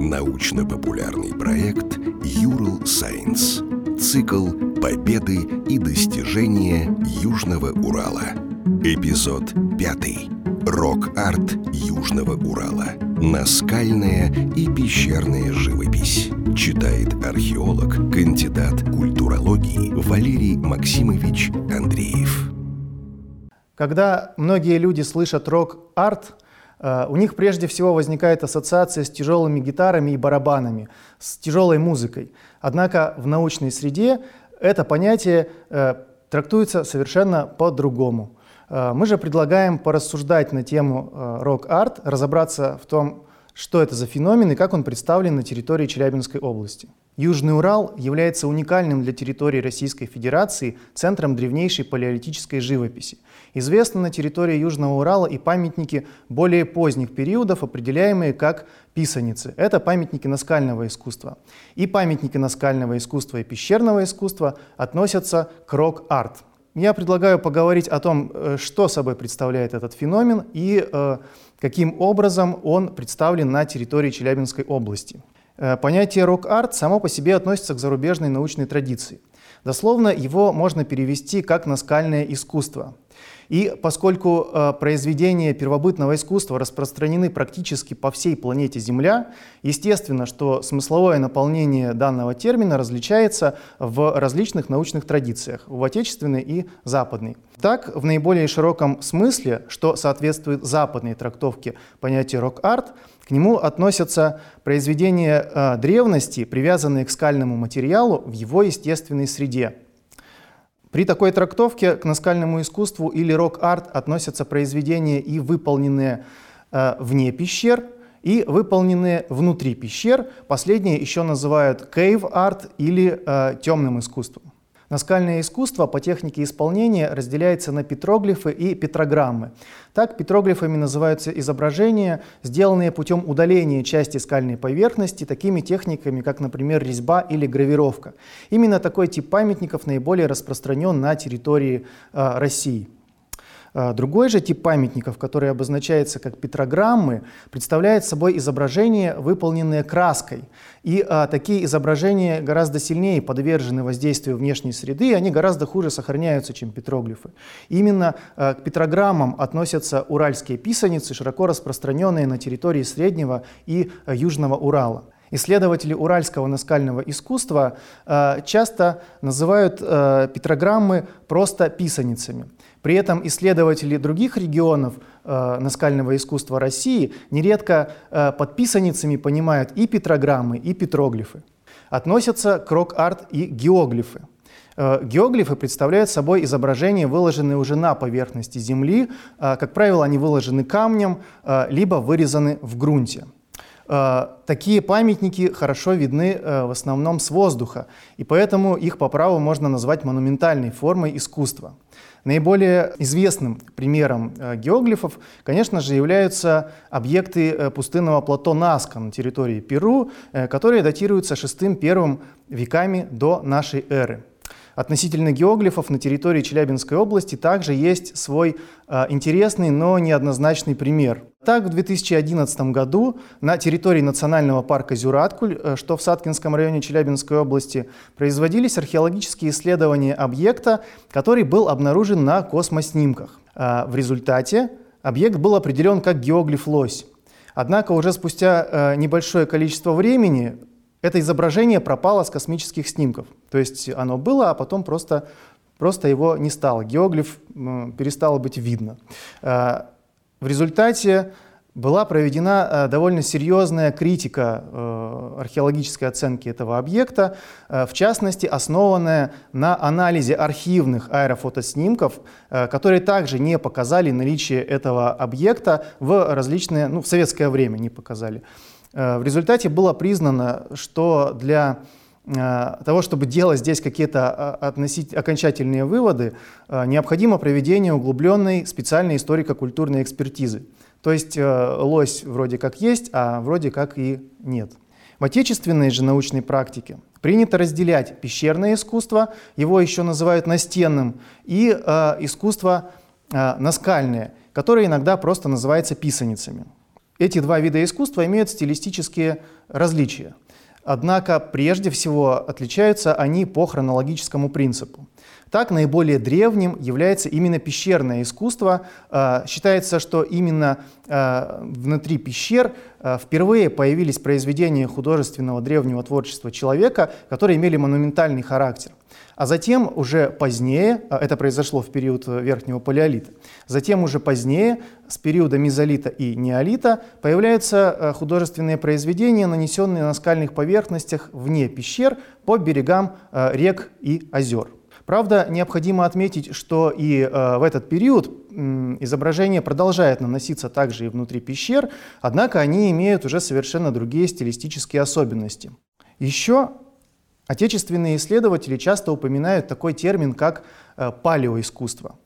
Научно-популярный проект «Ural Science». Цикл «Победы и достижения Южного Урала». Эпизод 5. Рок-арт Южного Урала. Наскальная и пещерная живопись. Читает археолог, кандидат культурологии Валерий Максимович Андреев. Когда многие люди слышат рок-арт, у них прежде всего возникает ассоциация с тяжелыми гитарами и барабанами, с тяжелой музыкой. Однако в научной среде это понятие трактуется совершенно по-другому. Мы же предлагаем порассуждать на тему рок-арт, разобраться в том, что это за феномен и как он представлен на территории Челябинской области. Южный Урал является уникальным для территории Российской Федерации центром древнейшей палеолитической живописи. Известны на территории Южного Урала и памятники более поздних периодов, определяемые как писаницы. Это памятники наскального искусства. И памятники наскального искусства и пещерного искусства относятся к рок-арт. Я предлагаю поговорить о том, что собой представляет этот феномен и каким образом он представлен на территории Челябинской области. Понятие рок-арт само по себе относится к зарубежной научной традиции. Дословно его можно перевести как наскальное искусство. И поскольку произведения первобытного искусства распространены практически по всей планете Земля, естественно, что смысловое наполнение данного термина различается в различных научных традициях, в отечественной и западной. Так, в наиболее широком смысле, что соответствует западной трактовке понятия рок-арт, к нему относятся произведения древности, привязанные к скальному материалу в его естественной среде. При такой трактовке к наскальному искусству или рок-арт относятся произведения и выполненные вне пещер, и выполненные внутри пещер. Последние еще называют кейв-арт или темным искусством. Наскальное искусство по технике исполнения разделяется на петроглифы и петрограммы. Так, петроглифами называются изображения, сделанные путем удаления части скальной поверхности такими техниками, как, например, резьба или гравировка. Именно такой тип памятников наиболее распространен на территории России. Другой же тип памятников, который обозначается как петрограммы, представляет собой изображения, выполненные краской. И такие изображения гораздо сильнее подвержены воздействию внешней среды, и они гораздо хуже сохраняются, чем петроглифы. Именно к петрограммам относятся уральские писаницы, широко распространенные на территории Среднего и Южного Урала. Исследователи уральского наскального искусства часто называют петрограммы просто писаницами. При этом исследователи других регионов наскального искусства России нередко под писаницами понимают и петрограммы, и петроглифы. Относятся к рок-арт и геоглифы. Геоглифы представляют собой изображения, выложенные уже на поверхности земли. Как правило, они выложены камнем, либо вырезаны в грунте. Такие памятники хорошо видны в основном с воздуха, и поэтому их по праву можно назвать монументальной формой искусства. Наиболее известным примером геоглифов, конечно же, являются объекты пустынного плато Наска на территории Перу, которые датируются VI-I веками до нашей эры. Относительно геоглифов на территории Челябинской области также есть свой интересный, но неоднозначный пример. Так, в 2011 году на территории национального парка Зюраткуль, что в Саткинском районе Челябинской области, производились археологические исследования объекта, который был обнаружен на космоснимках. В результате объект был определен как геоглиф «Лось». Однако уже спустя небольшое количество времени это изображение пропало с космических снимков. То есть оно было, а потом просто его не стало. Геоглиф перестало быть видно. В результате была проведена довольно серьезная критика археологической оценки этого объекта, в частности, основанная на анализе архивных аэрофотоснимков, которые также не показали наличие этого объекта в советское время не показали. В результате было признано, что для того, чтобы делать здесь какие-то окончательные выводы, необходимо проведение углубленной специальной историко-культурной экспертизы. То есть лось вроде как есть, а вроде как и нет. В отечественной же научной практике принято разделять пещерное искусство, его еще называют настенным, и искусство наскальное, которое иногда просто называется писаницами. Эти два вида искусства имеют стилистические различия. Однако прежде всего отличаются они по хронологическому принципу. Так, наиболее древним является именно пещерное искусство. Считается, что именно внутри пещер впервые появились произведения художественного древнего творчества человека, которые имели монументальный характер. А затем уже позднее, это произошло в период Верхнего Палеолита, затем уже позднее, с периода Мезолита и Неолита, появляются художественные произведения, нанесенные на скальных поверхностях вне пещер по берегам рек и озер. Правда, необходимо отметить, что и в этот период изображения продолжают наноситься также и внутри пещер, однако они имеют уже совершенно другие стилистические особенности. Еще отечественные исследователи часто упоминают такой термин, как палеоискусство.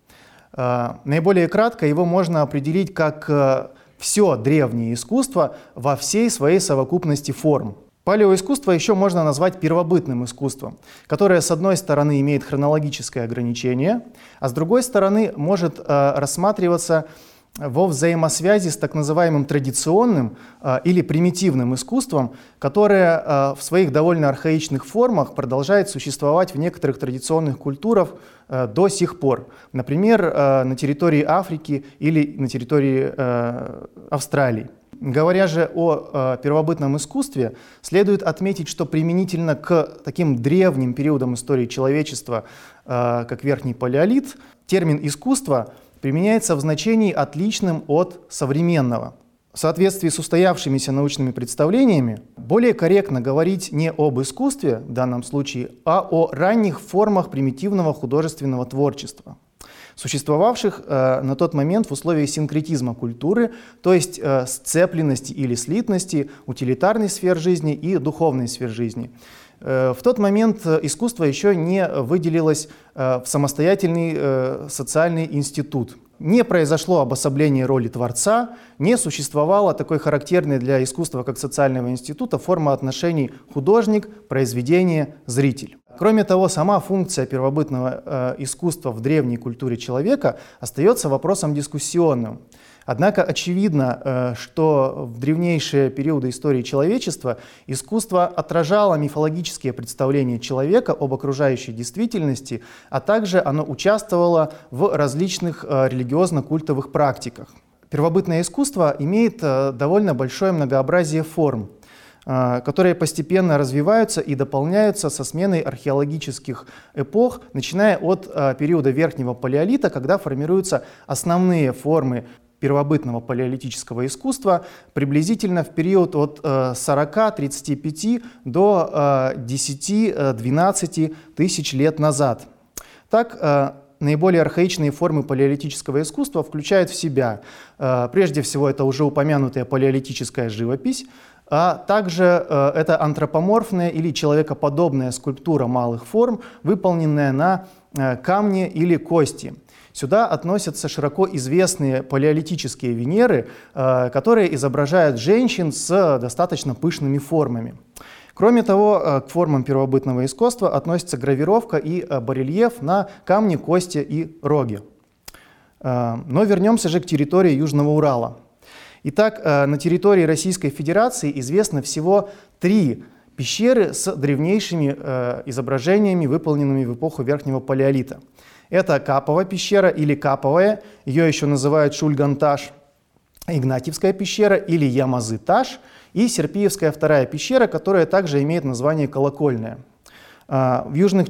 Наиболее кратко его можно определить как все древнее искусство во всей своей совокупности форм. Палеоискусство еще можно назвать первобытным искусством, которое, с одной стороны, имеет хронологическое ограничение, а с другой стороны, может рассматриваться во взаимосвязи с так называемым традиционным или примитивным искусством, которое в своих довольно архаичных формах продолжает существовать в некоторых традиционных культурах до сих пор. Например, на территории Африки или на территории Австралии. Говоря же о первобытном искусстве, следует отметить, что применительно к таким древним периодам истории человечества, как Верхний Палеолит, термин «искусство» применяется в значении, отличном от современного. В соответствии с устоявшимися научными представлениями, более корректно говорить не об искусстве в данном случае, а о ранних формах примитивного художественного творчества, существовавших на тот момент в условиях синкретизма культуры, то есть сцепленности или слитности утилитарной сфер жизни и духовной сфер жизни. В тот момент искусство еще не выделилось в самостоятельный социальный институт. Не произошло обособление роли творца, не существовало такой характерной для искусства как социального института формы отношений художник, произведение, зритель. Кроме того, сама функция первобытного искусства в древней культуре человека остается вопросом дискуссионным. Однако очевидно, что в древнейшие периоды истории человечества искусство отражало мифологические представления человека об окружающей действительности, а также оно участвовало в различных религиозно-культовых практиках. Первобытное искусство имеет довольно большое многообразие форм, которые постепенно развиваются и дополняются со сменой археологических эпох, начиная от периода Верхнего Палеолита, когда формируются основные формы первобытного палеолитического искусства приблизительно в период от 40-35 до 10-12 тысяч лет назад. Так, наиболее архаичные формы палеолитического искусства включают в себя, прежде всего, это уже упомянутая палеолитическая живопись, а также это антропоморфная или человекоподобная скульптура малых форм, выполненная на камне или кости. Сюда относятся широко известные палеолитические Венеры, которые изображают женщин с достаточно пышными формами. Кроме того, к формам первобытного искусства относятся гравировка и барельеф на камне, кости и роге. Но вернемся же к территории Южного Урала. Итак, на территории Российской Федерации известно всего 3 пещеры с древнейшими изображениями, выполненными в эпоху Верхнего Палеолита. Это Капова пещера или Каповая, ее еще называют Шульган-Таш, Игнатьевская пещера или Ямазы-Таш и Серпиевская вторая пещера, которая также имеет название Колокольная. В южной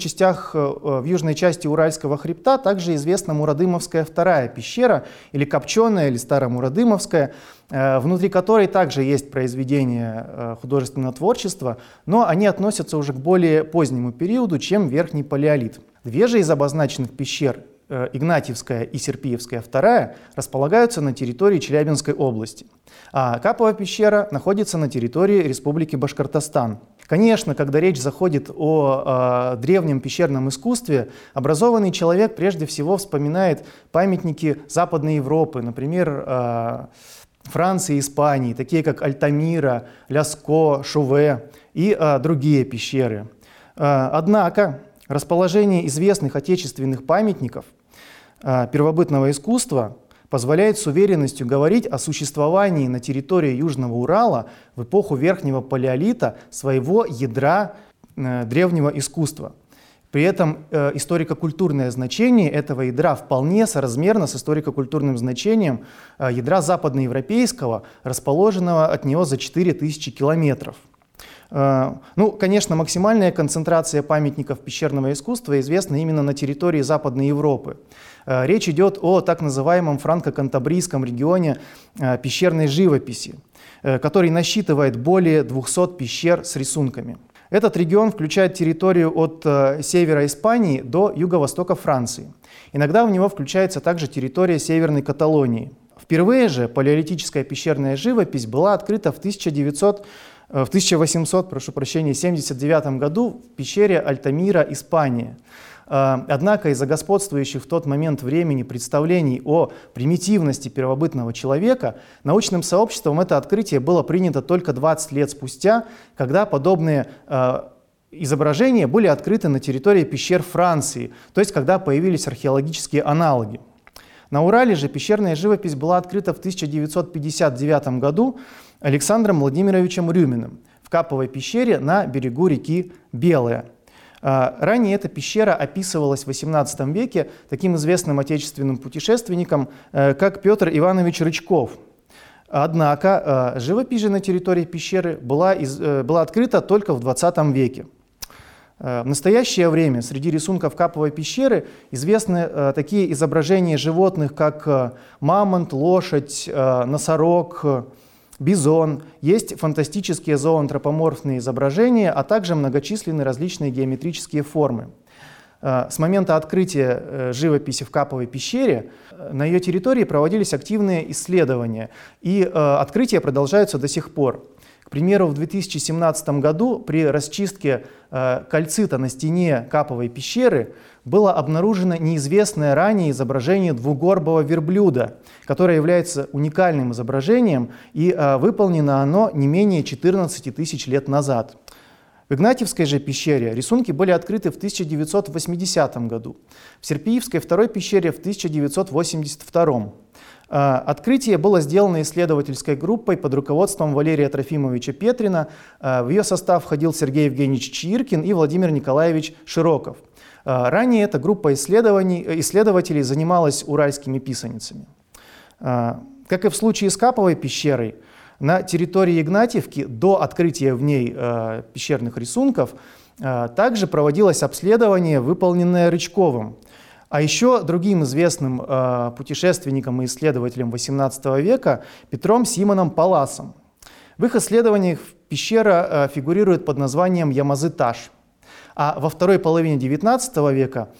части Уральского хребта также известна Мурадымовская вторая пещера или Копченая или Старомурадымовская, внутри которой также есть произведения художественного творчества, но они относятся уже к более позднему периоду, чем Верхний Палеолит. 2 же из обозначенных пещер, Игнатьевская и Серпиевская вторая, располагаются на территории Челябинской области, а Капова пещера находится на территории Республики Башкортостан. Конечно, когда речь заходит о древнем пещерном искусстве, образованный человек прежде всего вспоминает памятники Западной Европы, например, Франции и Испании, такие как Альтамира, Ляско, Шуве и другие пещеры. Однако расположение известных отечественных памятников первобытного искусства позволяет с уверенностью говорить о существовании на территории Южного Урала в эпоху Верхнего Палеолита своего ядра древнего искусства. При этом историко-культурное значение этого ядра вполне соразмерно с историко-культурным значением ядра западноевропейского, расположенного от него за 4000 километров. Ну, конечно, максимальная концентрация памятников пещерного искусства известна именно на территории Западной Европы. Речь идет о так называемом франко-кантабрийском регионе пещерной живописи, который насчитывает более 200 пещер с рисунками. Этот регион включает территорию от севера Испании до юго-востока Франции. Иногда в него включается также территория Северной Каталонии. Впервые же палеолитическая пещерная живопись была открыта в 1879 году в пещере Альтамира, Испания. Однако из-за господствующих в тот момент времени представлений о примитивности первобытного человека научным сообществом это открытие было принято только 20 лет спустя, когда подобные изображения были открыты на территории пещер Франции, то есть когда появились археологические аналоги. На Урале же пещерная живопись была открыта в 1959 году Александром Владимировичем Рюминым в Каповой пещере на берегу реки Белая. Ранее эта пещера описывалась в XVIII веке таким известным отечественным путешественником, как Петр Иванович Рычков. Однако живопись же на территории пещеры была открыта только в XX веке. В настоящее время среди рисунков Каповой пещеры известны такие изображения животных, как мамонт, лошадь, носорог, бизон. Есть фантастические зооантропоморфные изображения, а также многочисленные различные геометрические формы. С момента открытия живописи в Каповой пещере на ее территории проводились активные исследования, и открытия продолжаются до сих пор. К примеру, в 2017 году при расчистке кальцита на стене Каповой пещеры было обнаружено неизвестное ранее изображение двугорбого верблюда, которое является уникальным изображением, и выполнено оно не менее 14 тысяч лет назад. В Игнатьевской же пещере рисунки были открыты в 1980 году, в Серпиевской второй пещере в 1982. Открытие было сделано исследовательской группой под руководством Валерия Трофимовича Петрина. В ее состав входил Сергей Евгеньевич Чиркин и Владимир Николаевич Широков. Ранее эта группа исследователей занималась уральскими писаницами. Как и в случае с Каповой пещерой, на территории Игнатьевки до открытия в ней пещерных рисунков также проводилось обследование, выполненное Рычковым. А еще другим известным путешественником и исследователем XVIII века Петром Симоном Паласом. В их исследованиях пещера фигурирует под названием Ямазы-Таш. А во второй половине XIX века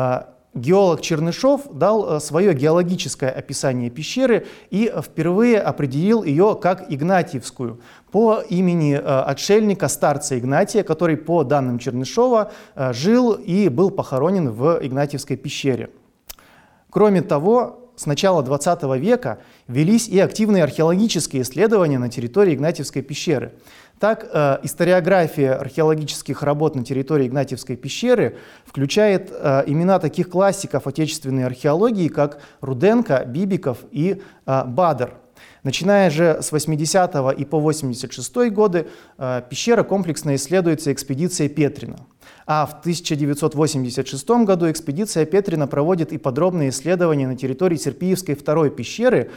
геолог Чернышов дал свое геологическое описание пещеры и впервые определил ее как Игнатьевскую по имени отшельника старца Игнатия, который, по данным Чернышова, жил и был похоронен в Игнатьевской пещере. Кроме того, с начала XX века велись и активные археологические исследования на территории Игнатьевской пещеры. Так, историография археологических работ на территории Игнатьевской пещеры включает имена таких классиков отечественной археологии, как Руденко, Бибиков и Бадер. Начиная же с 80-го и по 86-й годы пещера комплексно исследуется экспедицией Петрина. А в 1986 году экспедиция Петрина проводит и подробные исследования на территории Серпиевской второй пещеры,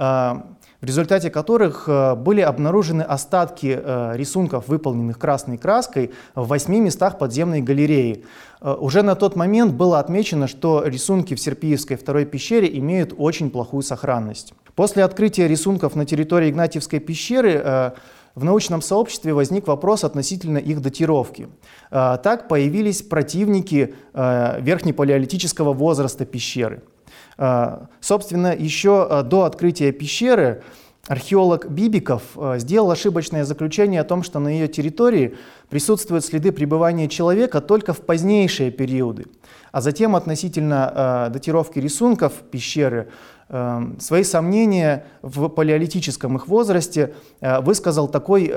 в результате которых были обнаружены остатки рисунков, выполненных красной краской, в 8 местах подземной галереи. Уже на тот момент было отмечено, что рисунки в Серпиевской второй пещере имеют очень плохую сохранность. После открытия рисунков на территории Игнатьевской пещеры в научном сообществе возник вопрос относительно их датировки. Так появились противники верхнепалеолитического возраста пещеры. Собственно, еще до открытия пещеры археолог Бибиков сделал ошибочное заключение о том, что на ее территории присутствуют следы пребывания человека только в позднейшие периоды. А затем относительно датировки рисунков пещеры свои сомнения в палеолитическом их возрасте высказал такой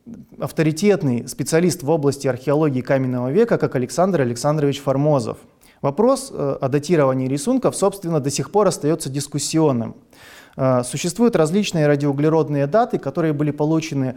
авторитетный специалист в области археологии каменного века, как Александр Александрович Формозов. Вопрос о датировании рисунков, собственно, до сих пор остается дискуссионным. Существуют различные радиоуглеродные даты, которые были получены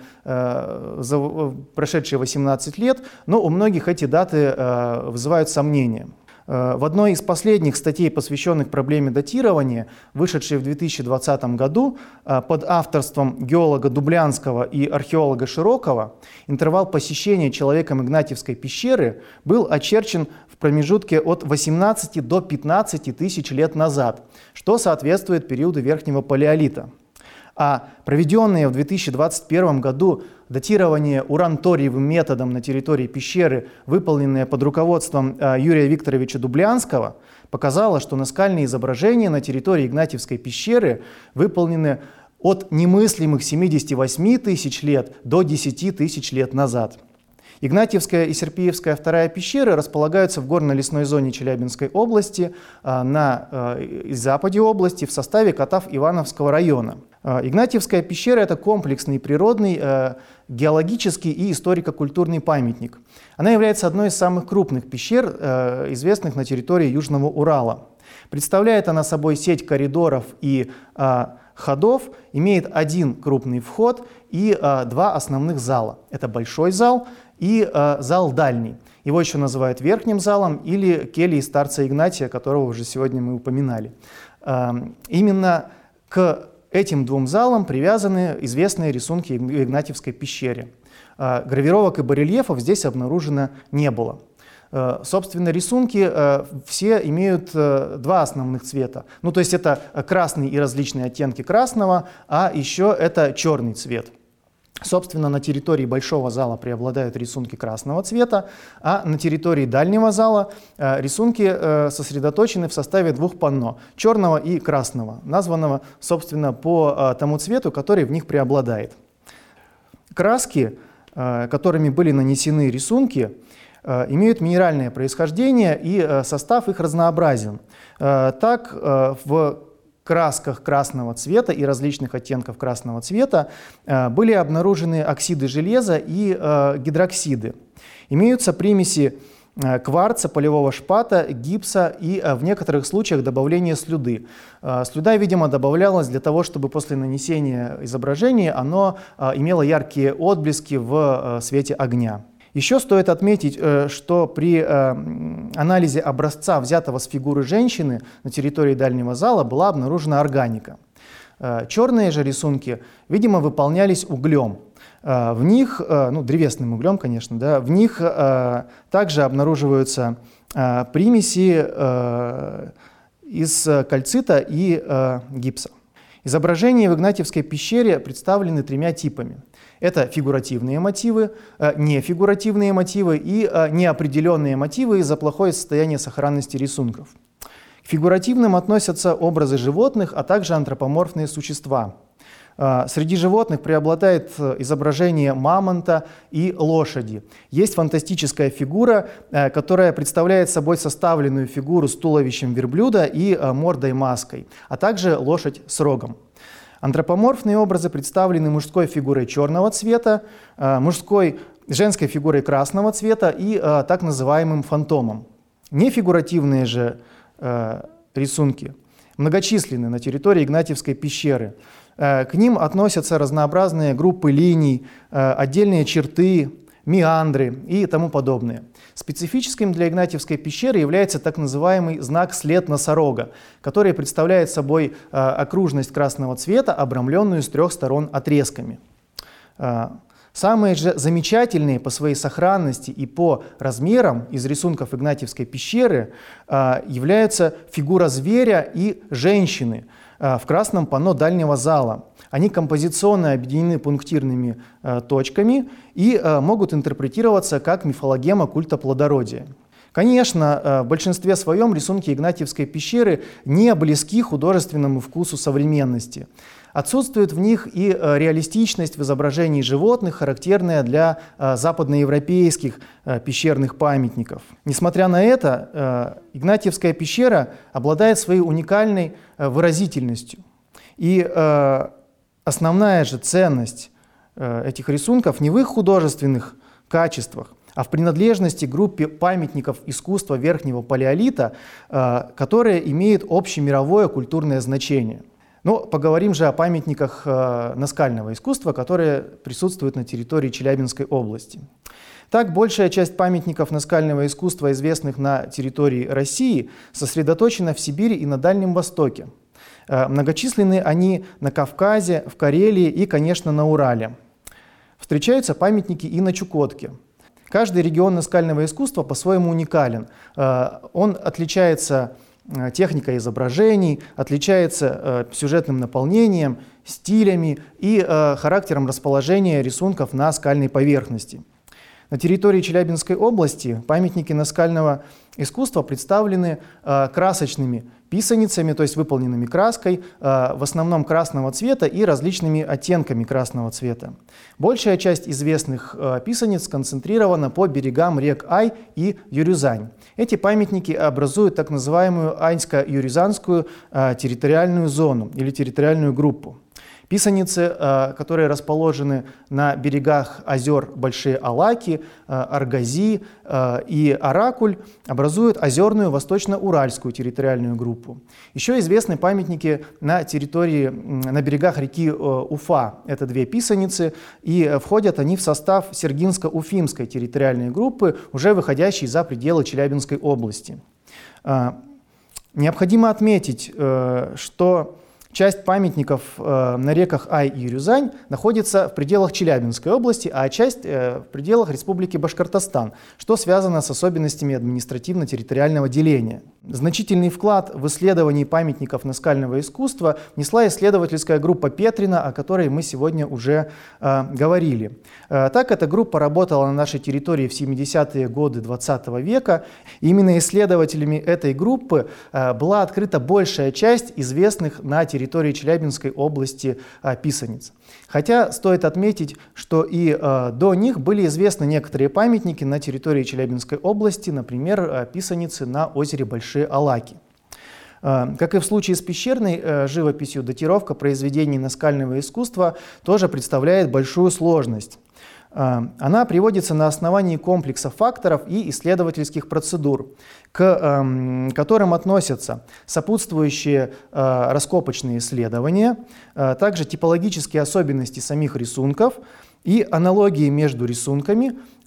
за прошедшие 18 лет, но у многих эти даты вызывают сомнения. В одной из последних статей, посвященных проблеме датирования, вышедшей в 2020 году под авторством геолога Дублянского и археолога Широкова, интервал посещения человеком Игнатьевской пещеры был очерчен в промежутке от 18 до 15 тысяч лет назад, что соответствует периоду Верхнего Палеолита. А проведенное в 2021 году датирование уран-ториевым методом на территории пещеры, выполненное под руководством Юрия Викторовича Дублянского, показало, что наскальные изображения на территории Игнатьевской пещеры выполнены от немыслимых 78 тысяч лет до 10 тысяч лет назад. Игнатьевская и Серпиевская вторая пещеры располагаются в горно-лесной зоне Челябинской области, на западе области, в составе Катав-Ивановского района. Игнатьевская пещера – это комплексный природный, геологический и историко-культурный памятник. Она является одной из самых крупных пещер, известных на территории Южного Урала. Представляет она собой сеть коридоров и ходов, имеет один крупный вход и два основных зала. Это большой зал и зал дальний. Его еще называют верхним залом или кельей старца Игнатия, которого уже сегодня мы упоминали. Именно к этим двум залам привязаны известные рисунки в Игнатьевской пещере. Гравировок и барельефов здесь обнаружено не было. Собственно, рисунки все имеют два основных цвета. Ну, то есть это красный и различные оттенки красного, а еще это черный цвет. Собственно, на территории большого зала преобладают рисунки красного цвета, а на территории дальнего зала рисунки сосредоточены в составе двух панно – черного и красного, названного, собственно, по тому цвету, который в них преобладает. Краски, которыми были нанесены рисунки, имеют минеральное происхождение, и состав их разнообразен. Так, в красках красного цвета и различных оттенков красного цвета были обнаружены оксиды железа и гидроксиды. Имеются примеси кварца, полевого шпата, гипса и в некоторых случаях добавление слюды. Слюда, видимо, добавлялась для того, чтобы после нанесения изображения оно имело яркие отблески в свете огня. Еще стоит отметить, что при анализе образца, взятого с фигуры женщины на территории дальнего зала, была обнаружена органика. Черные же рисунки, видимо, выполнялись углем. В них, древесным углем, конечно, да, в них также обнаруживаются примеси из кальцита и гипса. Изображения в Игнатьевской пещере представлены тремя типами. Это фигуративные мотивы, нефигуративные мотивы и неопределенные мотивы из-за плохое состояние сохранности рисунков. К фигуративным относятся образы животных, а также антропоморфные существа. Среди животных преобладает изображение мамонта и лошади. Есть фантастическая фигура, которая представляет собой составленную фигуру с туловищем верблюда и мордой-маской, а также лошадь с рогом. Антропоморфные образы представлены мужской фигурой черного цвета, женской фигурой красного цвета и так называемым фантомом. Нефигуративные же рисунки многочисленны на территории Игнатьевской пещеры. К ним относятся разнообразные группы линий, отдельные черты, меандры и тому подобное. Специфическим для Игнатьевской пещеры является так называемый знак «след носорога», который представляет собой окружность красного цвета, обрамленную с трех сторон отрезками. Самые же замечательные по своей сохранности и по размерам из рисунков Игнатьевской пещеры являются фигура зверя и женщины в красном панно дальнего зала. Они композиционно объединены пунктирными точками и могут интерпретироваться как мифологема культа плодородия. Конечно, в большинстве своем рисунки Игнатьевской пещеры не близки художественному вкусу современности. Отсутствует в них и реалистичность в изображении животных, характерная для западноевропейских пещерных памятников. Несмотря на это, Игнатьевская пещера обладает своей уникальной выразительностью. И основная же ценность этих рисунков не в их художественных качествах, а в принадлежности к группе памятников искусства Верхнего Палеолита, которые имеют общемировое культурное значение. Но поговорим же о памятниках наскального искусства, которые присутствуют на территории Челябинской области. Так, большая часть памятников наскального искусства, известных на территории России, сосредоточена в Сибири и на Дальнем Востоке. Многочисленны они на Кавказе, в Карелии и, конечно, на Урале. Встречаются памятники и на Чукотке. Каждый регион наскального искусства по-своему уникален. Он отличается техникой изображений, отличается сюжетным наполнением, стилями и характером расположения рисунков на скальной поверхности. На территории Челябинской области памятники наскального искусства представлены красочными писаницами, то есть выполненными краской, в основном красного цвета и различными оттенками красного цвета. Большая часть известных писаниц сконцентрирована по берегам рек Ай и Юрюзань. Эти памятники образуют так называемую Айнско-Юрюзанскую территориальную зону или территориальную группу. Писаницы, которые расположены на берегах озер Большие Алаки, Аргази и Аракуль, образуют озерную восточно-уральскую территориальную группу. Еще известны памятники на берегах реки Уфа. Это две писаницы, и входят они в состав Сергинско-Уфимской территориальной группы, уже выходящей за пределы Челябинской области. Необходимо отметить, что часть памятников на реках Ай и Юрюзань находится в пределах Челябинской области, а часть в пределах Республики Башкортостан, что связано с особенностями административно-территориального деления. Значительный вклад в исследовании памятников наскального искусства внесла исследовательская группа Петрина, о которой мы сегодня уже говорили. Так, эта группа работала на нашей территории в 70-е годы XX века. И именно исследователями этой группы была открыта большая часть известных на территории Челябинской области писаниц. Хотя стоит отметить, что и до них были известны некоторые памятники на территории Челябинской области, например, писаницы на озере Большие Алаки. Как и в случае с пещерной живописью, датировка произведений наскального искусства тоже представляет большую сложность. Она приводится на основании комплекса факторов и исследовательских процедур, к которым относятся сопутствующие раскопочные исследования, также типологические особенности самих рисунков и аналогии между рисунками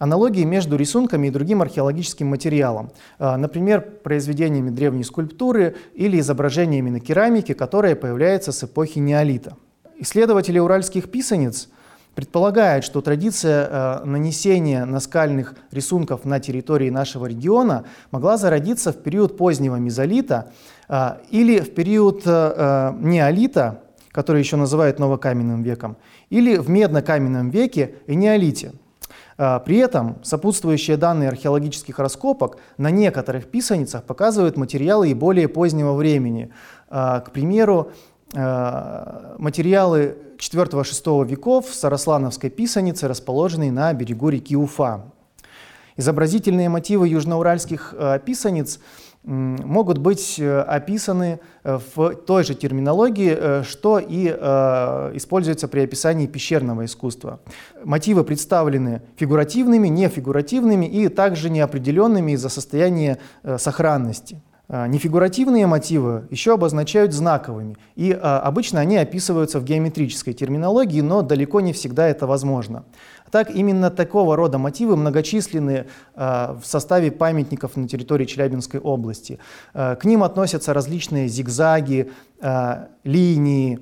и другим археологическим материалом, например, произведениями древней скульптуры или изображениями на керамике, которые появляются с эпохи неолита. Исследователи уральских писаниц предполагает, что традиция нанесения наскальных рисунков на территории нашего региона могла зародиться в период позднего мезолита или в период неолита, который еще называют новокаменным веком, или в медно-каменном веке и неолите. При этом сопутствующие данные археологических раскопок на некоторых писаницах показывают материалы и более позднего времени. К примеру, материалы IV-VI веков Сараслановской писаницы, расположенной на берегу реки Уфа. Изобразительные мотивы южноуральских писаниц могут быть описаны в той же терминологии, что и используется при описании пещерного искусства. Мотивы представлены фигуративными, нефигуративными и также неопределенными из-за состояния сохранности. Нефигуративные мотивы еще обозначают знаковыми, и обычно они описываются в геометрической терминологии, но далеко не всегда это возможно. Так, именно такого рода мотивы многочисленны в составе памятников на территории Челябинской области. К ним относятся различные зигзаги, линии,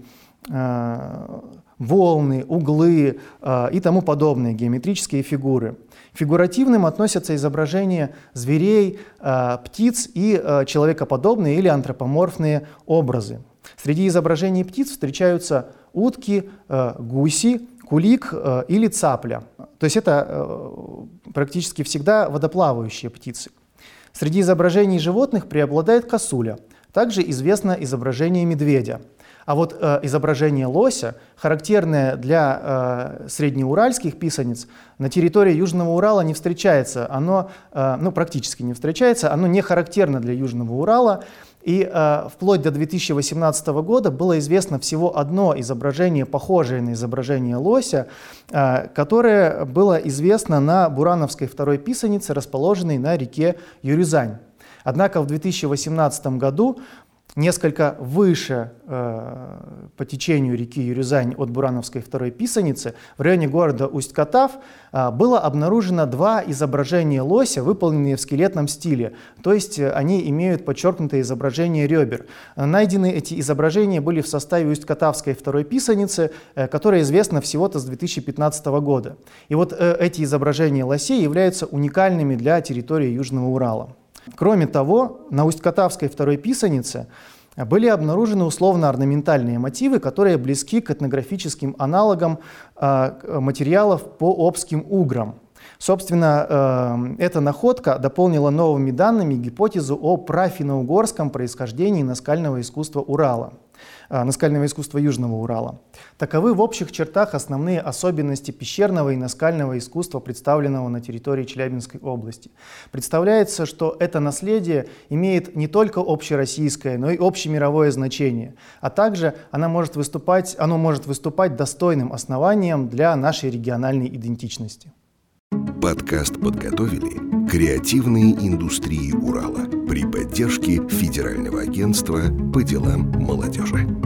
волны, углы и тому подобные геометрические фигуры. Фигуративным относятся изображения зверей, птиц и человекоподобные или антропоморфные образы. Среди изображений птиц встречаются утки, гуси, кулик или цапля. То есть это практически всегда водоплавающие птицы. Среди изображений животных преобладает косуля. Также известно изображение медведя. А вот изображение лося, характерное для среднеуральских писаниц, на территории Южного Урала не встречается. Оно практически не встречается, оно не характерно для Южного Урала. И вплоть до 2018 года было известно всего одно изображение, похожее на изображение лося, которое было известно на Бурановской второй писанице, расположенной на реке Юрюзань. Однако в 2018 году несколько выше по течению реки Юрюзань от Бурановской второй писаницы, в районе города Усть-Катав, было обнаружено два изображения лося, выполненные в скелетном стиле, то есть они имеют подчеркнутое изображение ребер. Найдены эти изображения были в составе Усть-Катавской второй писаницы, которая известна всего-то с 2015 года. И вот эти изображения лосей являются уникальными для территории Южного Урала. Кроме того, на Усть-Катавской второй писанице были обнаружены условно-орнаментальные мотивы, которые близки к этнографическим аналогам материалов по обским уграм. Собственно, эта находка дополнила новыми данными гипотезу о прафинно-угорском происхождении наскального искусства Южного Урала. Таковы в общих чертах основные особенности пещерного и наскального искусства, представленного на территории Челябинской области. Представляется, что это наследие имеет не только общероссийское, но и общемировое значение, а также оно может выступать достойным основанием для нашей региональной идентичности. Подкаст подготовили креативные индустрии Урала при поддержке Федерального агентства по делам молодежи.